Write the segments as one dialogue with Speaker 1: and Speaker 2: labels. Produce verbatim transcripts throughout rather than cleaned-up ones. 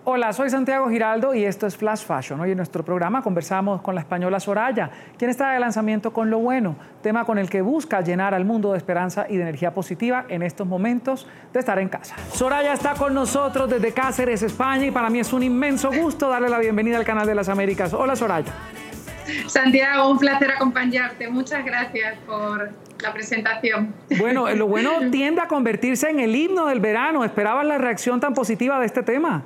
Speaker 1: Hola, soy Santiago Giraldo y esto es Flash Fashion. Hoy en nuestro programa conversamos con la española Soraya, quien está de lanzamiento con Lo Bueno, tema con el que busca llenar al mundo de esperanza y de energía positiva en estos momentos de estar en casa. Soraya está con nosotros desde Cáceres, España, y para mí es un inmenso gusto darle la bienvenida al Canal de las Américas. Hola, Soraya.
Speaker 2: Santiago, un placer acompañarte. Muchas gracias por la presentación.
Speaker 1: Bueno, Lo Bueno tiende a convertirse en el himno del verano. ¿Esperabas la reacción tan positiva de este tema?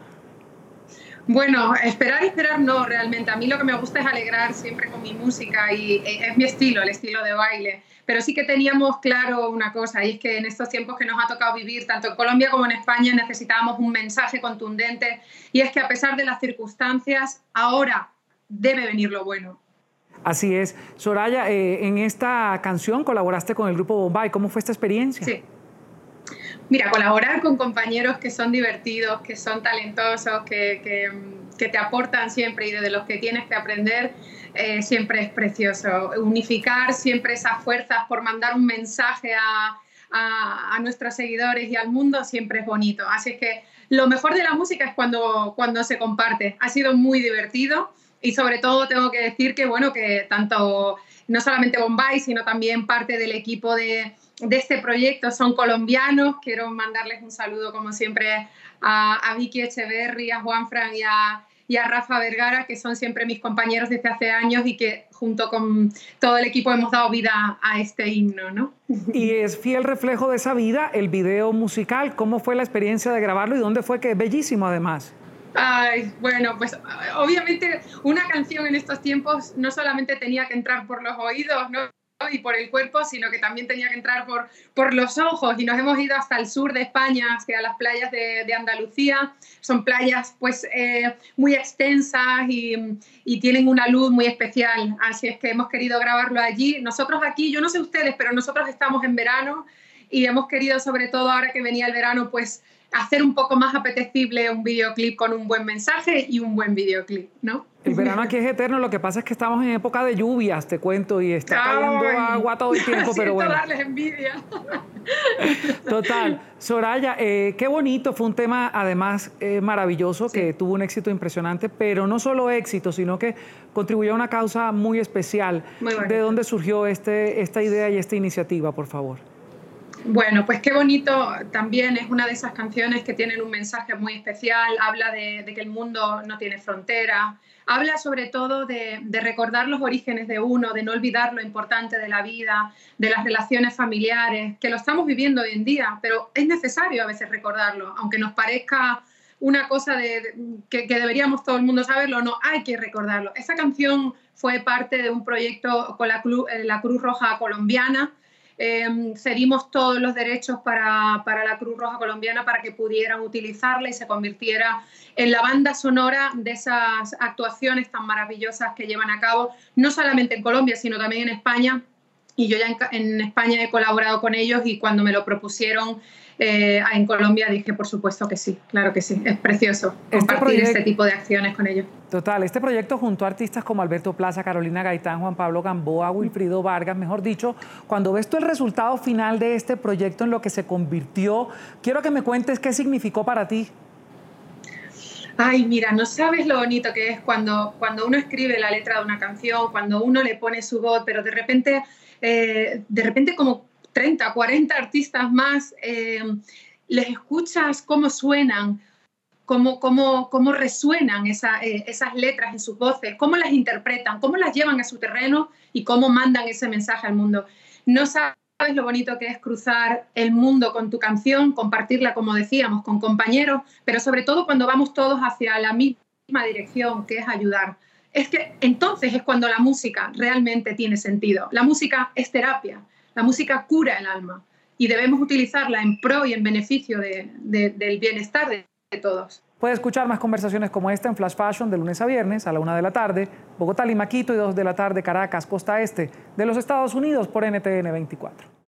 Speaker 2: Bueno, esperar y esperar no, realmente. A mí lo que me gusta es alegrar siempre con mi música y es mi estilo, el estilo de baile. Pero sí que teníamos claro una cosa, y es que en estos tiempos que nos ha tocado vivir, tanto en Colombia como en España, necesitábamos un mensaje contundente, y es que a pesar de las circunstancias, ahora debe venir lo bueno.
Speaker 1: Así es. Soraya, eh, en esta canción colaboraste con el grupo Bombay. ¿Cómo fue esta experiencia?
Speaker 2: Sí. Mira, colaborar con compañeros que son divertidos, que son talentosos, que, que, que te aportan siempre y de los que tienes que aprender, eh, siempre es precioso. Unificar siempre esas fuerzas por mandar un mensaje a, a, a nuestros seguidores y al mundo siempre es bonito. Así es que lo mejor de la música es cuando, cuando se comparte. Ha sido muy divertido y sobre todo tengo que decir que, bueno, que tanto, no solamente Bombay, sino también parte del equipo de... de este proyecto son colombianos. Quiero mandarles un saludo, como siempre, a, a Vicky Echeverry, a Juanfran y a, y a Rafa Vergara, que son siempre mis compañeros desde hace años y que junto con todo el equipo hemos dado vida a este himno, ¿no?
Speaker 1: Y es fiel reflejo de esa vida el video musical. ¿Cómo fue la experiencia de grabarlo y dónde fue? Que es bellísimo, además.
Speaker 2: Ay, bueno, pues obviamente una canción en estos tiempos no solamente tenía que entrar por los oídos, ¿no?, y por el cuerpo, sino que también tenía que entrar por, por los ojos, y nos hemos ido hasta el sur de España, hacia las playas de, de Andalucía. Son playas pues eh, muy extensas y, y tienen una luz muy especial, así es que hemos querido grabarlo allí. Nosotros aquí, yo no sé ustedes, pero nosotros estamos en verano y hemos querido, sobre todo ahora que venía el verano, pues hacer un poco más apetecible un videoclip con un buen mensaje y un buen videoclip, ¿no?
Speaker 1: El verano aquí es eterno, lo que pasa es que estamos en época de lluvias, te cuento, y está cayendo
Speaker 2: Ay,
Speaker 1: agua todo el tiempo, pero bueno.
Speaker 2: darles envidia.
Speaker 1: Total. Soraya, eh, qué bonito, fue un tema además eh, maravilloso, sí, que tuvo un éxito impresionante, pero no solo éxito, sino que contribuyó a una causa muy especial.
Speaker 2: Muy bonito.
Speaker 1: ¿De dónde surgió este, esta idea y esta iniciativa, por favor?
Speaker 2: Bueno, pues qué bonito, también es una de esas canciones que tienen un mensaje muy especial, habla de, de que el mundo no tiene fronteras, habla sobre todo de, de recordar los orígenes de uno, de no olvidar lo importante de la vida, de las relaciones familiares, que lo estamos viviendo hoy en día, pero es necesario a veces recordarlo, aunque nos parezca una cosa de, de, que, que deberíamos todo el mundo saberlo, no, hay que recordarlo. Esa canción fue parte de un proyecto con la, la Cruz Roja Colombiana. Eh, cedimos todos los derechos para, para la Cruz Roja Colombiana para que pudieran utilizarla y se convirtiera en la banda sonora de esas actuaciones tan maravillosas que llevan a cabo, no solamente en Colombia, sino también en España. Y yo ya en, en España he colaborado con ellos, y cuando me lo propusieron eh, en Colombia dije, por supuesto que sí, claro que sí, es precioso compartir este, este tipo de acciones con ellos.
Speaker 1: Total, este proyecto junto a artistas como Alberto Plaza, Carolina Gaitán, Juan Pablo Gamboa, Wilfrido Vargas, mejor dicho, cuando ves tú el resultado final de este proyecto en lo que se convirtió, quiero que me cuentes qué significó para ti.
Speaker 2: Ay, mira, no sabes lo bonito que es cuando, cuando uno escribe la letra de una canción, cuando uno le pone su voz, pero de repente, eh, de repente como treinta, cuarenta artistas más, eh, les escuchas cómo suenan, cómo, cómo, cómo resuenan esa, eh, esas letras en sus voces, cómo las interpretan, cómo las llevan a su terreno y cómo mandan ese mensaje al mundo. No sabes lo bonito que es cruzar el mundo con tu canción, compartirla, como decíamos, con compañeros, pero sobre todo cuando vamos todos hacia la misma dirección, que es ayudar. Es que entonces es cuando la música realmente tiene sentido. La música es terapia, la música cura el alma y debemos utilizarla en pro y en beneficio de, de, del bienestar de, de todos.
Speaker 1: Puede escuchar más conversaciones como esta en Flash Fashion de lunes a viernes a la una de la tarde, Bogotá, Lima, Quito, y dos de la tarde, Caracas, costa este de los Estados Unidos por N T N veinticuatro.